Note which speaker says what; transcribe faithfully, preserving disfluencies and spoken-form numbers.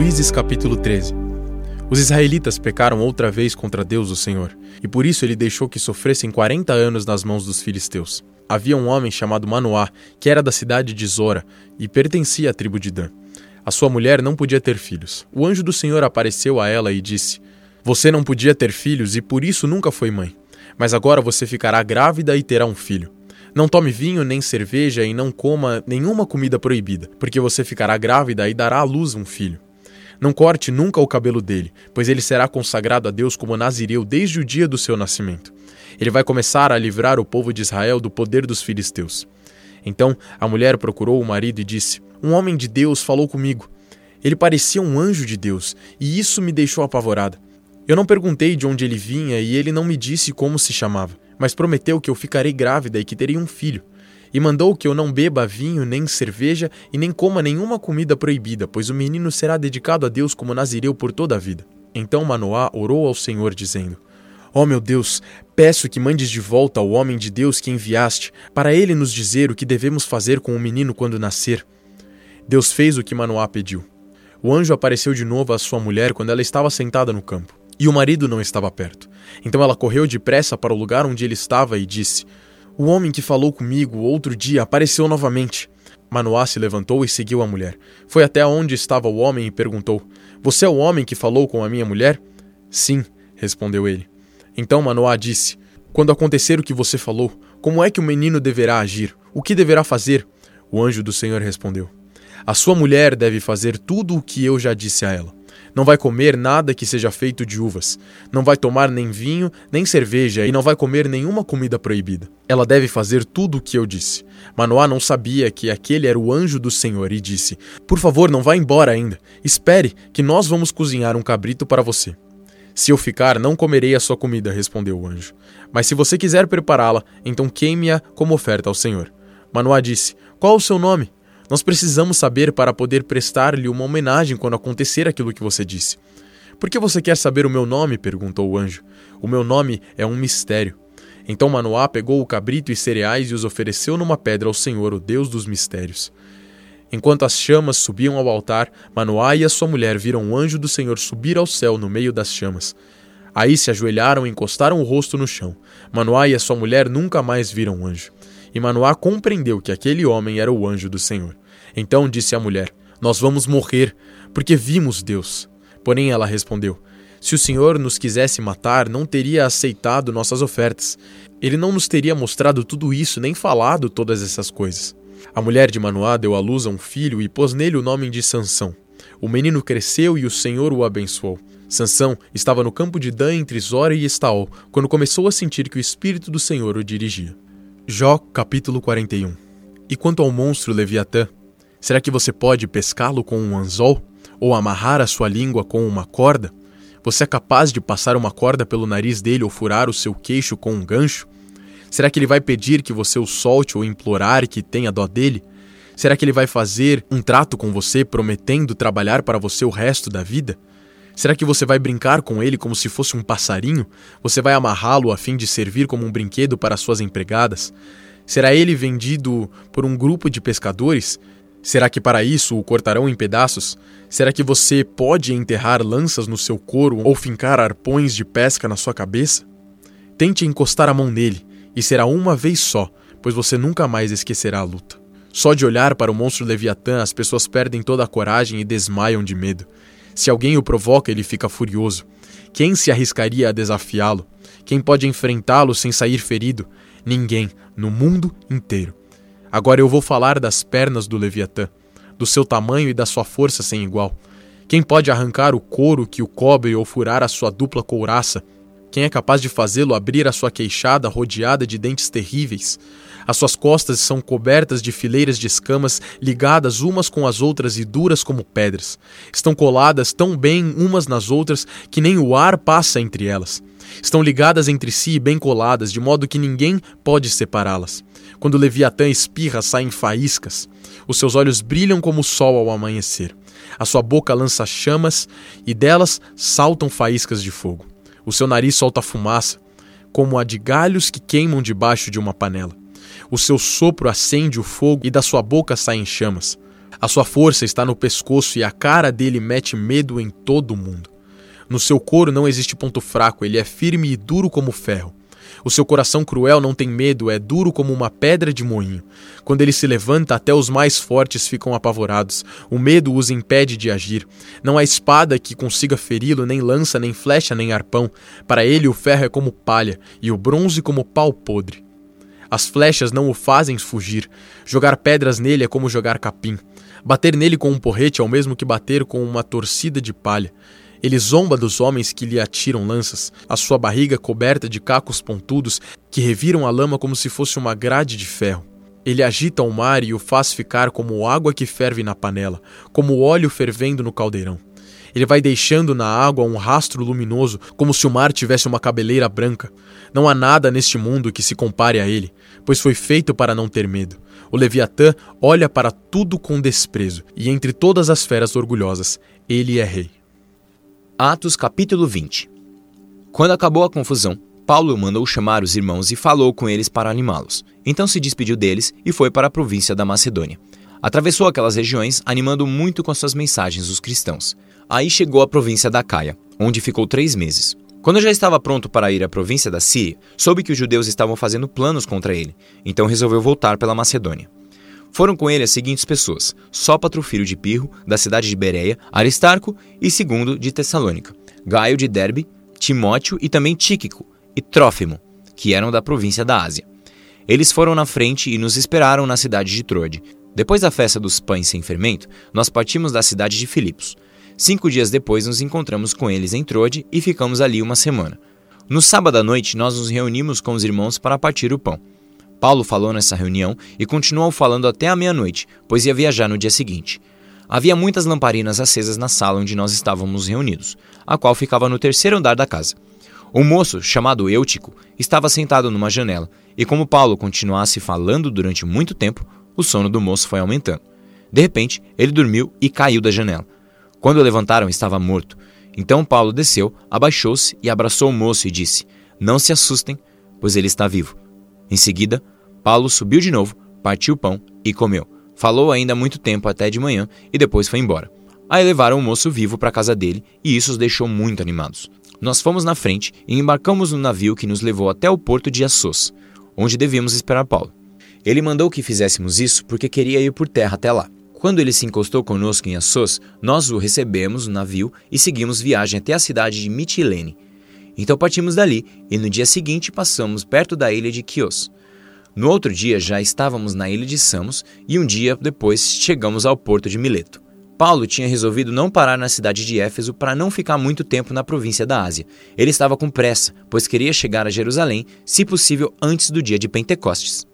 Speaker 1: Juízes capítulo treze. Os israelitas pecaram outra vez contra Deus o Senhor, e por isso ele deixou que sofressem quarenta anos nas mãos dos filisteus. Havia um homem chamado Manoá, que era da cidade de Zora, e pertencia à tribo de Dan. A sua mulher não podia ter filhos. O anjo do Senhor apareceu a ela e disse: "Você não podia ter filhos e por isso nunca foi mãe. Mas agora você ficará grávida e terá um filho. Não tome vinho nem cerveja e não coma nenhuma comida proibida, porque você ficará grávida e dará à luz um filho. Não corte nunca o cabelo dele, pois ele será consagrado a Deus como nazireu desde o dia do seu nascimento. Ele vai começar a livrar o povo de Israel do poder dos filisteus." Então a mulher procurou o marido e disse: "Um homem de Deus falou comigo. Ele parecia um anjo de Deus, e isso me deixou apavorada. Eu não perguntei de onde ele vinha e ele não me disse como se chamava, mas prometeu que eu ficarei grávida e que terei um filho. E mandou que eu não beba vinho, nem cerveja e nem coma nenhuma comida proibida, pois o menino será dedicado a Deus como nazireu por toda a vida." Então Manoá orou ao Senhor, dizendo: "Ó meu Deus, peço que mandes de volta ao homem de Deus que enviaste, para ele nos dizer o que devemos fazer com o menino quando nascer." Deus fez o que Manoá pediu. O anjo apareceu de novo à sua mulher quando ela estava sentada no campo, e o marido não estava perto. Então ela correu depressa para o lugar onde ele estava e disse: "O homem que falou comigo outro dia apareceu novamente." Manoá se levantou e seguiu a mulher. Foi até onde estava o homem e perguntou: "Você é o homem que falou com a minha mulher?" "Sim", respondeu ele. Então Manoá disse: "Quando acontecer o que você falou, como é que o menino deverá agir? O que deverá fazer?" O anjo do Senhor respondeu: "A sua mulher deve fazer tudo o que eu já disse a ela. Não vai comer nada que seja feito de uvas. Não vai tomar nem vinho, nem cerveja e não vai comer nenhuma comida proibida. Ela deve fazer tudo o que eu disse." Manoá não sabia que aquele era o anjo do Senhor e disse: "Por favor, não vá embora ainda. Espere, que nós vamos cozinhar um cabrito para você." "Se eu ficar, não comerei a sua comida", respondeu o anjo. "Mas se você quiser prepará-la, então queime-a como oferta ao Senhor." Manoá disse: "Qual o seu nome? Nós precisamos saber para poder prestar-lhe uma homenagem quando acontecer aquilo que você disse." "Por que você quer saber o meu nome?" perguntou o anjo. "O meu nome é um mistério." Então Manoá pegou o cabrito e cereais e os ofereceu numa pedra ao Senhor, o Deus dos mistérios. Enquanto as chamas subiam ao altar, Manoá e a sua mulher viram o anjo do Senhor subir ao céu no meio das chamas. Aí se ajoelharam e encostaram o rosto no chão. Manoá e a sua mulher nunca mais viram o anjo. E Manoá compreendeu que aquele homem era o anjo do Senhor. Então disse a mulher: "Nós vamos morrer, porque vimos Deus." Porém ela respondeu: "Se o Senhor nos quisesse matar, não teria aceitado nossas ofertas. Ele não nos teria mostrado tudo isso, nem falado todas essas coisas." A mulher de Manoá deu à luz a um filho e pôs nele o nome de Sansão. O menino cresceu e o Senhor o abençoou. Sansão estava no campo de Dan entre Zora e Estaol, quando começou a sentir que o Espírito do Senhor o dirigia. Jó capítulo quarenta e um. E quanto ao monstro Leviatã, será que você pode pescá-lo com um anzol? Ou amarrar a sua língua com uma corda? Você é capaz de passar uma corda pelo nariz dele ou furar o seu queixo com um gancho? Será que ele vai pedir que você o solte ou implorar que tenha dó dele? Será que ele vai fazer um trato com você prometendo trabalhar para você o resto da vida? Será que você vai brincar com ele como se fosse um passarinho? Você vai amarrá-lo a fim de servir como um brinquedo para suas empregadas? Será ele vendido por um grupo de pescadores? Será que para isso o cortarão em pedaços? Será que você pode enterrar lanças no seu couro ou fincar arpões de pesca na sua cabeça? Tente encostar a mão nele, e será uma vez só, pois você nunca mais esquecerá a luta. Só de olhar para o monstro Leviatã, as pessoas perdem toda a coragem e desmaiam de medo. Se alguém o provoca, ele fica furioso. Quem se arriscaria a desafiá-lo? Quem pode enfrentá-lo sem sair ferido? Ninguém, no mundo inteiro. Agora eu vou falar das pernas do Leviatã, do seu tamanho e da sua força sem igual. Quem pode arrancar o couro que o cobre ou furar a sua dupla couraça? Quem é capaz de fazê-lo abrir a sua queixada rodeada de dentes terríveis? As suas costas são cobertas de fileiras de escamas ligadas umas com as outras e duras como pedras. Estão coladas tão bem umas nas outras que nem o ar passa entre elas. Estão ligadas entre si e bem coladas, de modo que ninguém pode separá-las. Quando o Leviatã espirra, saem faíscas. Os seus olhos brilham como o sol ao amanhecer. A sua boca lança chamas e delas saltam faíscas de fogo. O seu nariz solta fumaça, como a de galhos que queimam debaixo de uma panela. O seu sopro acende o fogo e da sua boca saem chamas. A sua força está no pescoço e a cara dele mete medo em todo mundo. No seu couro não existe ponto fraco, ele é firme e duro como ferro. O seu coração cruel não tem medo, é duro como uma pedra de moinho. Quando ele se levanta, até os mais fortes ficam apavorados. O medo os impede de agir. Não há espada que consiga feri-lo, nem lança, nem flecha, nem arpão. Para ele o ferro é como palha, e o bronze como pau podre. As flechas não o fazem fugir. Jogar pedras nele é como jogar capim. Bater nele com um porrete é o mesmo que bater com uma torcida de palha. Ele zomba dos homens que lhe atiram lanças, a sua barriga coberta de cacos pontudos que reviram a lama como se fosse uma grade de ferro. Ele agita o mar e o faz ficar como água que ferve na panela, como óleo fervendo no caldeirão. Ele vai deixando na água um rastro luminoso, como se o mar tivesse uma cabeleira branca. Não há nada neste mundo que se compare a ele, pois foi feito para não ter medo. O Leviatã olha para tudo com desprezo, e entre todas as feras orgulhosas, ele é rei.
Speaker 2: Atos capítulo vinte. Quando acabou a confusão, Paulo mandou chamar os irmãos e falou com eles para animá-los. Então se despediu deles e foi para a província da Macedônia. Atravessou aquelas regiões, animando muito com suas mensagens os cristãos. Aí chegou à província da Caia, onde ficou três meses. Quando já estava pronto para ir à província da Síria, soube que os judeus estavam fazendo planos contra ele, então resolveu voltar pela Macedônia. Foram com ele as seguintes pessoas: Sópatro, filho de Pirro, da cidade de Bereia, Aristarco e Segundo de Tessalônica, Gaio de Derbe, Timóteo e também Tíquico e Trófimo, que eram da província da Ásia. Eles foram na frente e nos esperaram na cidade de Troade. Depois da festa dos pães sem fermento, nós partimos da cidade de Filipos. Cinco dias depois nos encontramos com eles em Troade e ficamos ali uma semana. No sábado à noite nós nos reunimos com os irmãos para partir o pão. Paulo falou nessa reunião e continuou falando até a meia-noite, pois ia viajar no dia seguinte. Havia muitas lamparinas acesas na sala onde nós estávamos reunidos, a qual ficava no terceiro andar da casa. Um moço, chamado Eutico, estava sentado numa janela, e como Paulo continuasse falando durante muito tempo, o sono do moço foi aumentando. De repente, ele dormiu e caiu da janela. Quando o levantaram, estava morto. Então Paulo desceu, abaixou-se e abraçou o moço e disse: "Não se assustem, pois ele está vivo." Em seguida, Paulo subiu de novo, partiu o pão e comeu. Falou ainda muito tempo até de manhã e depois foi embora. Aí levaram o moço vivo para a casa dele e isso os deixou muito animados. Nós fomos na frente e embarcamos no navio que nos levou até o porto de Assos, onde devíamos esperar Paulo. Ele mandou que fizéssemos isso porque queria ir por terra até lá. Quando ele se encostou conosco em Assos, nós o recebemos no navio e seguimos viagem até a cidade de Mitilene. Então partimos dali e no dia seguinte passamos perto da ilha de Quios. No outro dia já estávamos na ilha de Samos e um dia depois chegamos ao porto de Mileto. Paulo tinha resolvido não parar na cidade de Éfeso para não ficar muito tempo na província da Ásia. Ele estava com pressa, pois queria chegar a Jerusalém, se possível antes do dia de Pentecostes.